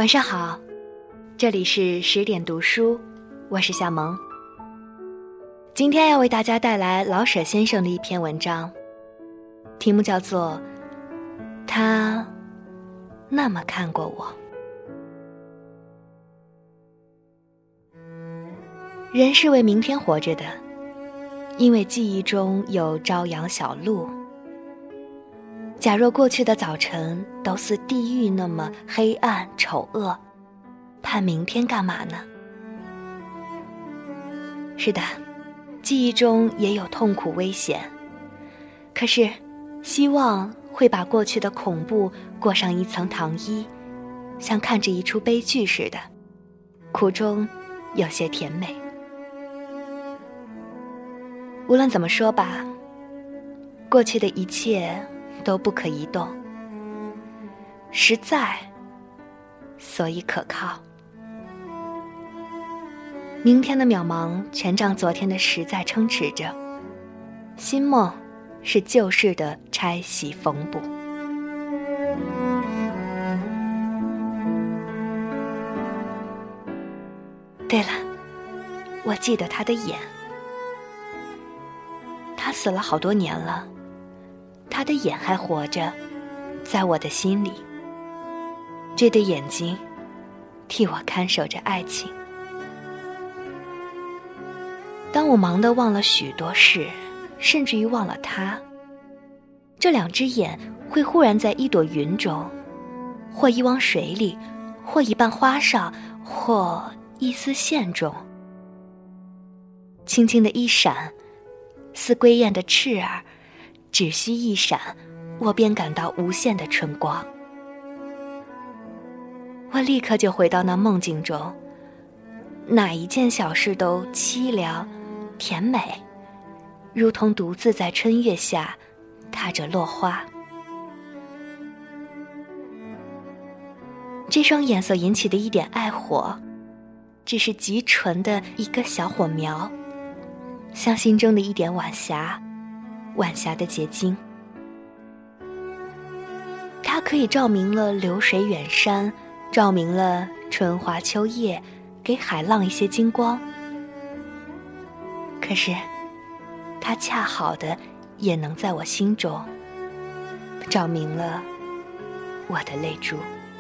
晚上好，这里是10点读书，我是夏萌。今天要为大家带来老舍先生的一篇文章，题目叫做《他那么看过我》。人是为明天活着的，因为记忆中有朝阳小路。假若过去的早晨都似地狱那么黑暗丑恶，盼明天干嘛呢？是的，记忆中也有痛苦危险，可是希望会把过去的恐怖裹上一层糖衣，像看着一出悲剧似的，苦中有些甜美。无论怎么说吧，过去的一切都不可移动，实在，所以可靠。明天的渺茫全仗昨天的实在撑持着，新梦是旧事的拆洗缝补。对了，我记得他的眼，他死了好多年了，他的眼还活着，在我的心里。这对眼睛替我看守着爱情。当我忙得忘了许多事，甚至于忘了他，这两只眼会忽然在一朵云中，或一汪水里，或一瓣花上，或一丝线中，轻轻的一闪，似归雁的翅儿，只需一闪，我便感到无限的春光。我立刻就回到那梦境中，哪一件小事都凄凉甜美，如同独自在春月下踏着落花。这双眼所引起的一点爱火，只是极纯的一个小火苗，像心中的一点晚霞，晚霞的结晶。它可以照明了流水远山，照明了春花秋叶，给海浪一些金光。可是它恰好的也能在我心中照明了我的泪珠。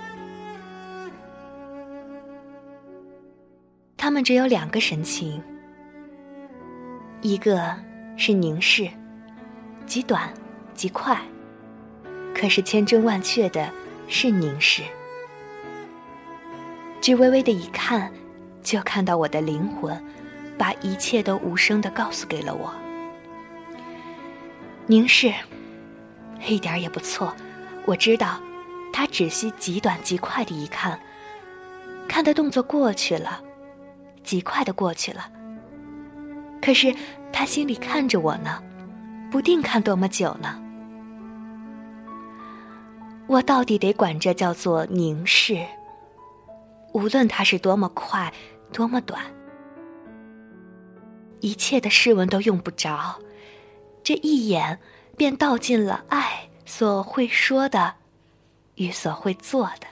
它们只有两个神情，一个是凝视，极短极快，可是千真万确的是凝视，只微微的一看，就看到我的灵魂把一切都无声地告诉给了我。凝视一点也不错，我知道他只需极短极快的一看，看的动作过去了，极快的过去了，可是他心里看着我呢，不定看多么久呢。我到底得管这叫做凝视，无论它是多么快多么短，一切的试问都用不着，这一眼便道尽了爱所会说的与所会做的。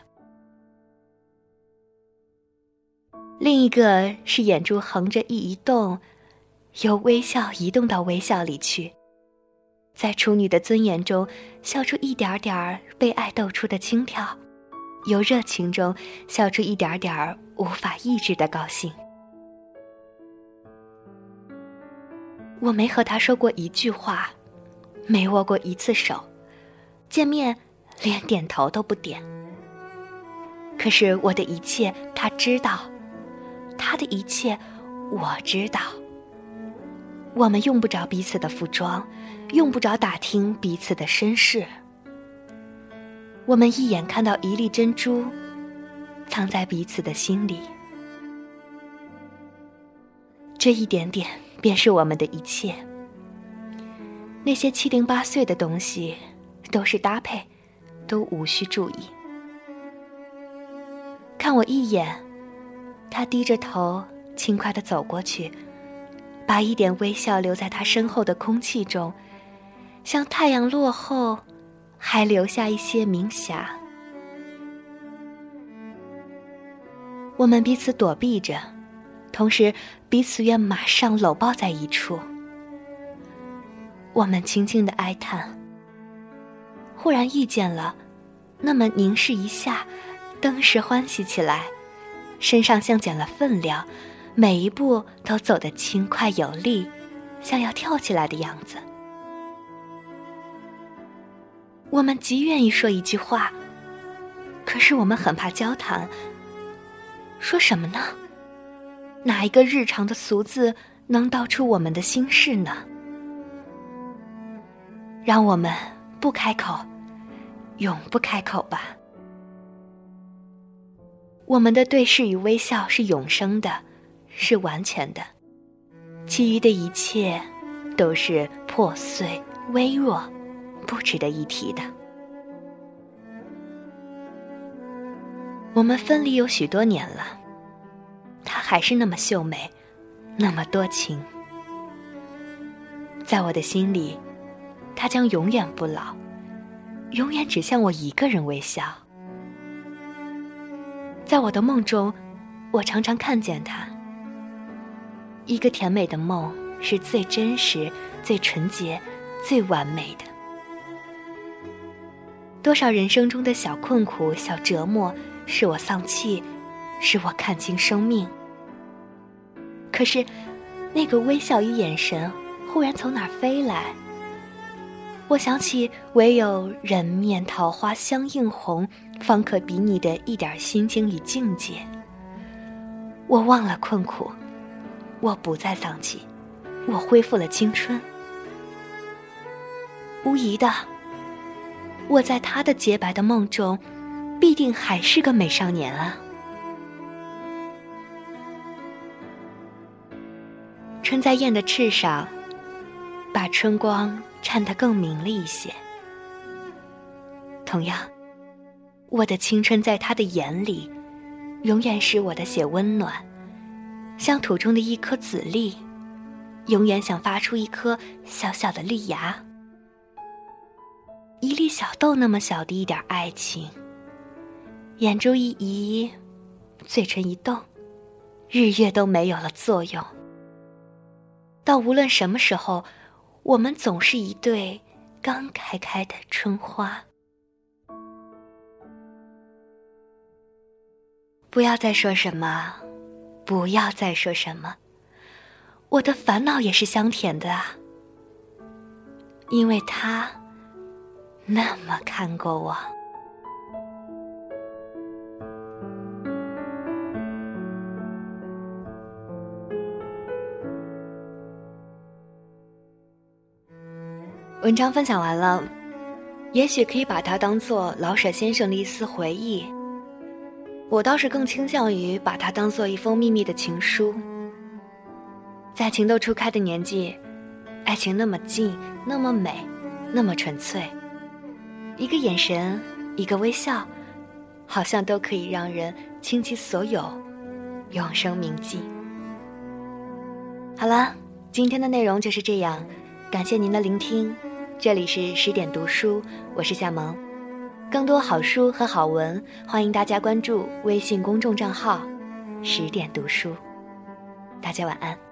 另一个是眼珠横着一移动，由微笑移动到微笑里去，在处女的尊严中笑出一点点被爱逗出的轻佻，由热情中笑出一点点无法抑制的高兴。我没和他说过一句话，没握过一次手，见面连点头都不点。可是我的一切他知道，他的一切我知道。我们用不着彼此的服装，用不着打听彼此的身世。我们一眼看到一粒珍珠，藏在彼此的心里。这一点点便是我们的一切。那些七零八碎的东西都是搭配，都无需注意。看我一眼，他低着头轻快地走过去，把一点微笑留在他身后的空气中，像太阳落后还留下一些明霞。 我们彼此躲避着，同时彼此愿马上搂抱在一处。我们轻轻地哀叹，忽然遇见了，那么凝视一下，登时欢喜起来，身上像减了分量，每一步都走得轻快有力，像要跳起来的样子。我们极愿意说一句话，可是我们很怕交谈。说什么呢？哪一个日常的俗字能道出我们的心事呢？让我们不开口，永不开口吧。我们的对视与微笑是永生的，是完全的，其余的一切都是破碎、微弱、不值得一提的。我们分离有许多年了，她还是那么秀美，那么多情。在我的心里，她将永远不老，永远只向我一个人微笑。在我的梦中，我常常看见她。一个甜美的梦是最真实、最纯洁、最完美的。多少人生中的小困苦、小折磨，使我丧气，使我看清生命。可是，那个微笑与眼神忽然从哪儿飞来？我想起唯有人面桃花相映红，方可比拟的一点心境与境界。我忘了困苦，我不再丧气，我恢复了青春。无疑的，我在他的洁白的梦中，必定还是个美少年啊。春在燕的翅上，把春光衬得更明了一些。同样，我的青春在他的眼里，永远使我的血温暖，像土中的一颗籽粒，永远想发出一颗小小的粒芽。一粒小豆那么小的一点爱情，眼珠一移，嘴唇一动，日月都没有了作用。到无论什么时候，我们总是一对刚开开的春花。不要再说什么，不要再说什么，我的烦恼也是香甜的啊，因为他那么看过我。文章分享完了，也许可以把它当作老舍先生的一丝回忆，我倒是更倾向于把它当作一封秘密的情书。在情窦初开的年纪，爱情那么近，那么美，那么纯粹，一个眼神，一个微笑，好像都可以让人倾其所有，永生铭记。好了，今天的内容就是这样，感谢您的聆听。这里是10点读书，我是夏萌。更多好书和好文，欢迎大家关注微信公众账号10点读书。大家晚安。